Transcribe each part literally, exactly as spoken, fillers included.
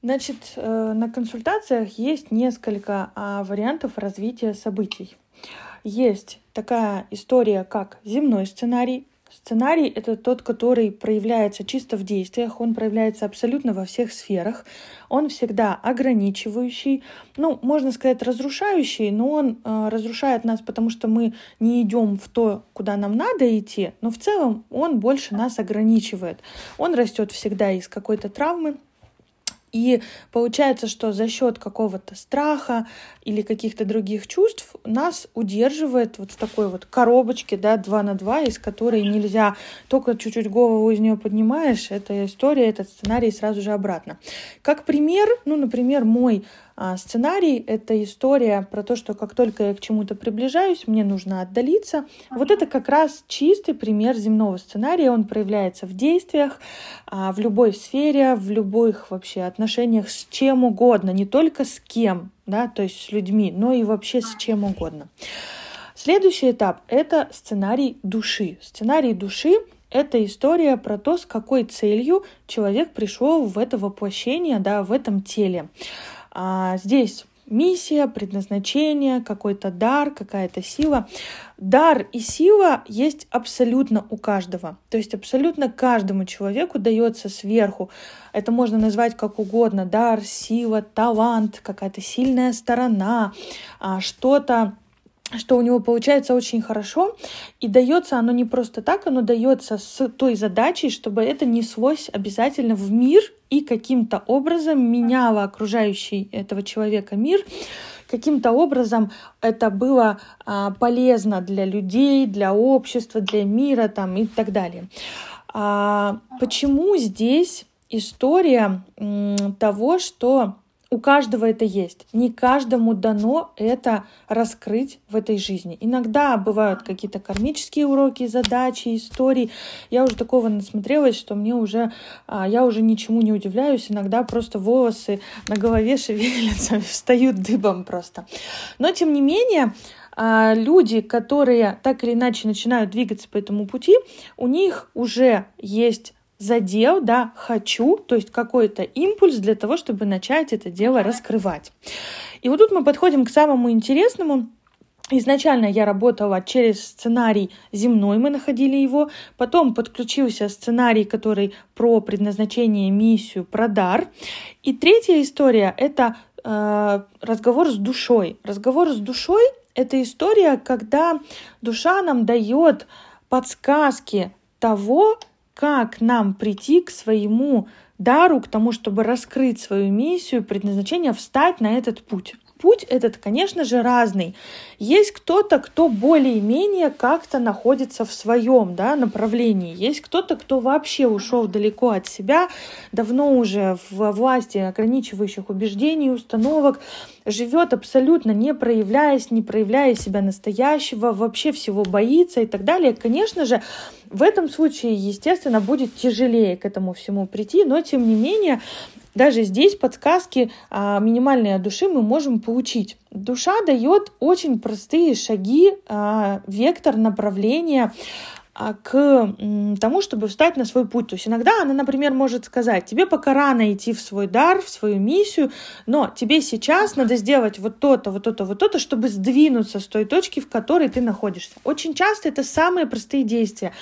Значит, э, на консультациях есть несколько а, вариантов развития событий. Есть такая история, как земной сценарий. Сценарий — это тот, который проявляется чисто в действиях, он проявляется абсолютно во всех сферах, он всегда ограничивающий, ну, можно сказать, разрушающий, но он э, разрушает нас, потому что мы не идем в то, куда нам надо идти, но в целом он больше нас ограничивает. Он растет всегда из какой-то травмы. И получается, что за счет какого-то страха или каких-то других чувств нас удерживает вот в такой вот коробочке, да, два на два, из которой нельзя, только чуть-чуть голову из нее поднимаешь, эта история, этот сценарий сразу же обратно. Как пример, ну, например, мой а, сценарий — это история про то, что как только я к чему-то приближаюсь, мне нужно отдалиться. Вот это как раз чистый пример земного сценария, он проявляется в действиях, а, в любой сфере, в любых вообще отношениях с чем угодно, не только с кем, да, то есть с людьми, но и вообще с чем угодно. Следующий этап — это сценарий души. Сценарий души — это история про то, с какой целью человек пришел в это воплощение, да, в этом теле. А здесь миссия, предназначение, какой-то дар, какая-то сила. Дар и сила есть абсолютно у каждого. То есть абсолютно каждому человеку дается сверху. Это можно назвать как угодно. Дар, сила, талант, какая-то сильная сторона, что-то, что у него получается очень хорошо, и дается оно не просто так, оно дается с той задачей, чтобы это неслось обязательно в мир и каким-то образом меняло окружающий этого человека мир, каким-то образом это было а, полезно для людей, для общества, для мира там, и так далее. А, почему здесь история м, того, что у каждого это есть. Не каждому дано это раскрыть в этой жизни. Иногда бывают какие-то кармические уроки, задачи, истории. Я уже такого насмотрелась, что мне уже, я уже ничему не удивляюсь. Иногда просто волосы на голове шевелятся, встают дыбом просто. Но тем не менее, люди, которые так или иначе начинают двигаться по этому пути, у них уже есть задел, да, хочу, то есть какой-то импульс для того, чтобы начать это дело раскрывать. И вот тут мы подходим к самому интересному. Изначально я работала через сценарий земной, мы находили его, потом подключился сценарий, который про предназначение, миссию, про дар. И третья история — это э, разговор с душой. Разговор с душой — это история, когда душа нам дает подсказки того, как нам прийти к своему дару, к тому, чтобы раскрыть свою миссию, предназначение, встать на этот путь. Путь этот, конечно же, разный. Есть кто-то, кто более-менее как-то находится в своем, да, направлении. Есть кто-то, кто вообще ушел далеко от себя, давно уже во власти ограничивающих убеждений, установок, живет абсолютно не проявляясь, не проявляя себя настоящего, вообще всего боится и так далее. Конечно же, в этом случае, естественно, будет тяжелее к этому всему прийти, но тем не менее, даже здесь подсказки а, минимальные от души мы можем получить. Душа дает очень простые шаги, а, вектор направления а, к м, тому, чтобы встать на свой путь. То есть иногда она, например, может сказать: тебе пока рано идти в свой дар, в свою миссию, но тебе сейчас надо сделать вот то-то, вот то-то, вот то-то, чтобы сдвинуться с той точки, в которой ты находишься. Очень часто это самые простые действия.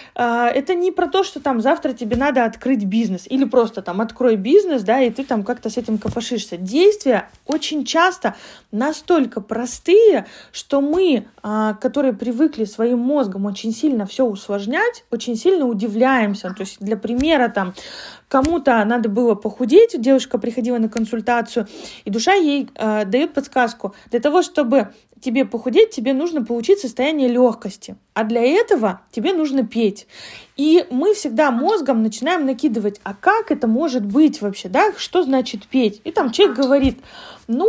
Это не про то, что там завтра тебе надо открыть бизнес или просто там открой бизнес, да, и ты там как-то с этим копошишься. Действия очень часто настолько простые, что мы, которые привыкли своим мозгом очень сильно все усложнять, очень сильно удивляемся. То есть для примера там кому-то надо было похудеть, девушка приходила на консультацию, и душа ей э, дает подсказку. Для того, чтобы тебе похудеть, тебе нужно получить состояние легкости. А для этого тебе нужно петь. И мы всегда мозгом начинаем накидывать, а как это может быть вообще, да? Что значит петь? И там человек говорит: ну,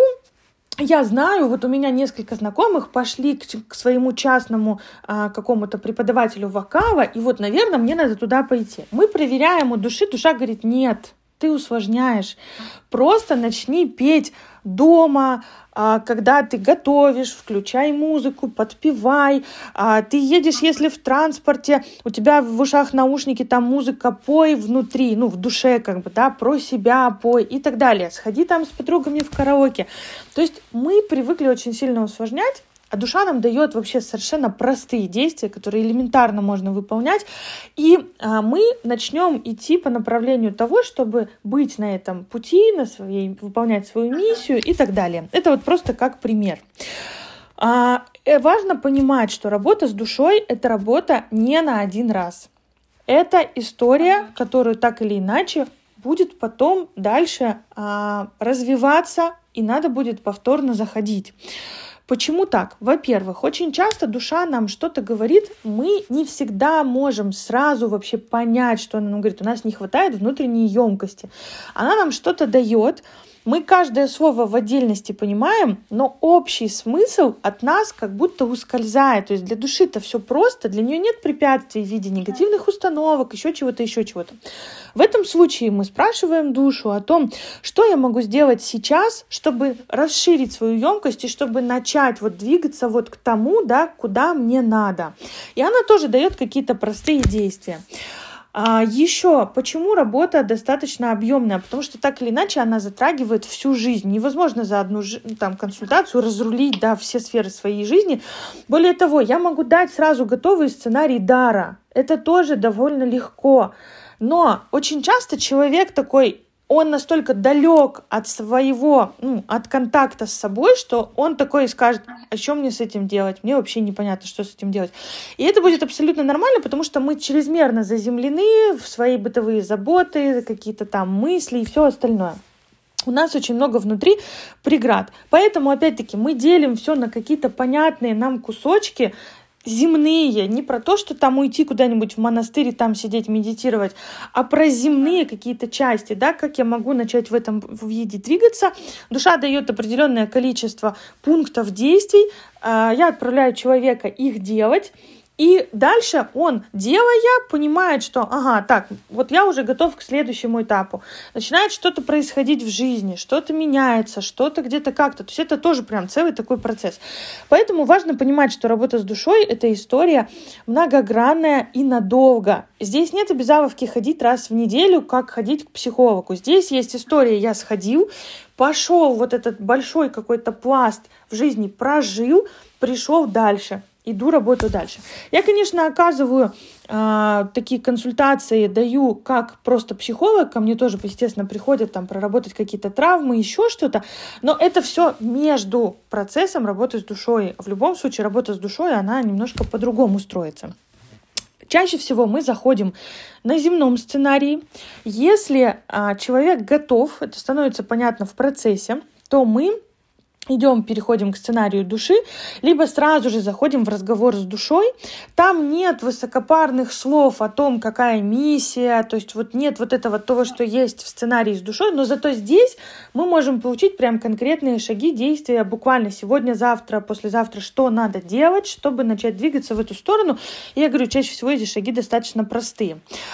я знаю, вот у меня несколько знакомых пошли к, к своему частному а, какому-то преподавателю вокала, и вот, наверное, мне надо туда пойти. Мы проверяем у души, душа говорит: нет, ты усложняешь. Просто начни петь дома, когда ты готовишь, включай музыку, подпевай. Ты едешь, если в транспорте, у тебя в ушах наушники, там музыка, пой внутри, ну, в душе, как бы, да, про себя пой и так далее. Сходи там с подругами в караоке. То есть мы привыкли очень сильно усложнять, а душа нам дает вообще совершенно простые действия, которые элементарно можно выполнять. И а, мы начнем идти по направлению того, чтобы быть на этом пути, на своей, выполнять свою миссию и так далее. Это вот просто как пример. А, важно понимать, что работа с душой – это работа не на один раз. Это история, которую так или иначе будет потом дальше а, развиваться, и надо будет повторно заходить. Почему так? Во-первых, очень часто душа нам что-то говорит, мы не всегда можем сразу вообще понять, что она нам говорит. У нас не хватает внутренней емкости. Она нам что-то дает, мы каждое слово в отдельности понимаем, но общий смысл от нас как будто ускользает. То есть для души-то все просто, для нее нет препятствий в виде негативных установок, еще чего-то, еще чего-то. В этом случае мы спрашиваем душу о том, что я могу сделать сейчас, чтобы расширить свою емкость и чтобы начать вот двигаться вот к тому, да, куда мне надо. И она тоже дает какие-то простые действия. А еще, почему работа достаточно объемная? Потому что так или иначе она затрагивает всю жизнь. Невозможно за одну там, консультацию разрулить, да, все сферы своей жизни. Более того, я могу дать сразу готовый сценарий дара. Это тоже довольно легко. Но очень часто человек такой, он настолько далек от своего, ну, от контакта с собой, что он такой скажет, а что мне с этим делать? Мне вообще непонятно, что с этим делать. И это будет абсолютно нормально, потому что мы чрезмерно заземлены в свои бытовые заботы, какие-то там мысли и все остальное. У нас очень много внутри преград. Поэтому, опять-таки, мы делим все на какие-то понятные нам кусочки, земные, не про то, что там уйти куда-нибудь в монастырь и там сидеть, медитировать, а про земные какие-то части, да, как я могу начать в этом виде двигаться. Душа дает определенное количество пунктов действий, я отправляю человека их делать, и дальше он, делая, понимает, что, ага, так, вот я уже готов к следующему этапу. Начинает что-то происходить в жизни, что-то меняется, что-то где-то как-то. То есть это тоже прям целый такой процесс. Поэтому важно понимать, что работа с душой – это история многогранная и надолго. Здесь нет обязаловки ходить раз в неделю, как ходить к психологу. Здесь есть история «я сходил», пошел вот этот большой какой-то пласт в жизни, прожил, пришел дальше. Иду, работаю дальше. Я, конечно, оказываю э, такие консультации, даю как просто психолог, ко мне тоже, естественно, приходят там проработать какие-то травмы, еще что-то, но это все между процессом работы с душой. В любом случае, работа с душой, она немножко по-другому строится. Чаще всего мы заходим на земном сценарии. Если э, человек готов, это становится понятно в процессе, то мы идем, переходим к сценарию души, либо сразу же заходим в разговор с душой. Там нет высокопарных слов о том, какая миссия, то есть вот нет вот этого того, что есть в сценарии с душой, но зато здесь мы можем получить прям конкретные шаги, действия, буквально сегодня, завтра, послезавтра, что надо делать, чтобы начать двигаться в эту сторону. И я говорю, чаще всего эти шаги достаточно простые.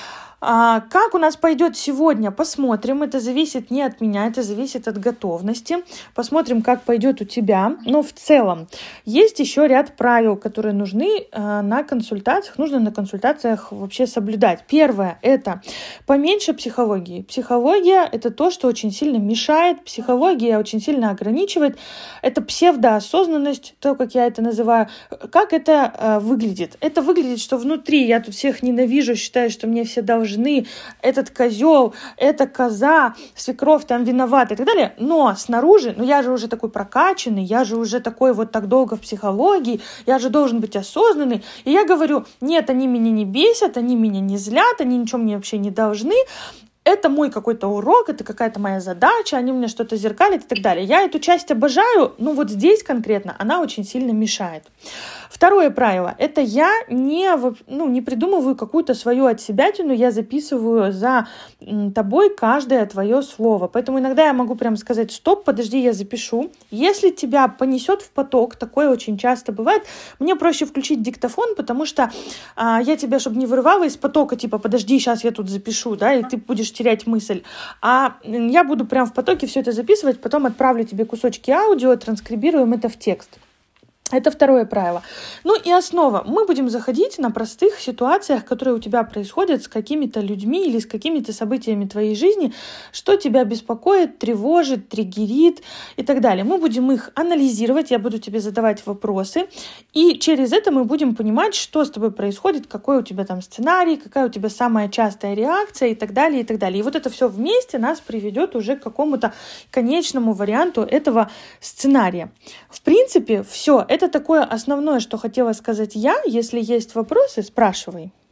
А как у нас пойдет сегодня, посмотрим. Это зависит не от меня, это зависит от готовности. Посмотрим, как пойдет у тебя. Но в целом есть еще ряд правил, которые нужны э, на консультациях. Нужно на консультациях вообще соблюдать. Первое – это поменьше психологии. Психология – это то, что очень сильно мешает. Психология очень сильно ограничивает. Это псевдоосознанность, то, как я это называю. Как это э, выглядит? Это выглядит, что внутри я тут всех ненавижу, считаю, что мне все должны, этот козел, эта коза, свекровь там виновата и так далее. Но снаружи, ну я же уже такой прокачанный, я же уже такой вот так долго в психологии, я же должен быть осознанный. И я говорю, нет, они меня не бесят, они меня не злят, они ничего мне вообще не должны. Это мой какой-то урок, это какая-то моя задача, они мне что-то зеркалят и так далее. Я эту часть обожаю, но вот здесь конкретно она очень сильно мешает. Второе правило – это я не, ну, не придумываю какую-то свою отсебятину, я записываю за тобой каждое твое слово. Поэтому иногда я могу прям сказать, стоп, подожди, я запишу. Если тебя понесет в поток, такое очень часто бывает, мне проще включить диктофон, потому что а, я тебя, чтобы не вырывала из потока, типа, подожди, сейчас я тут запишу, да, и ты будешь терять мысль, а я буду прям в потоке все это записывать, потом отправлю тебе кусочки аудио, транскрибируем это в текст. Это второе правило. Ну и основа. Мы будем заходить на простых ситуациях, которые у тебя происходят с какими-то людьми или с какими-то событиями твоей жизни, что тебя беспокоит, тревожит, триггерит и так далее. Мы будем их анализировать, я буду тебе задавать вопросы, и через это мы будем понимать, что с тобой происходит, какой у тебя там сценарий, какая у тебя самая частая реакция и так далее, и так далее. И вот это все вместе нас приведет уже к какому-то конечному варианту этого сценария. В принципе, все. Это такое основное, что хотела сказать я. Если есть вопросы, спрашивай.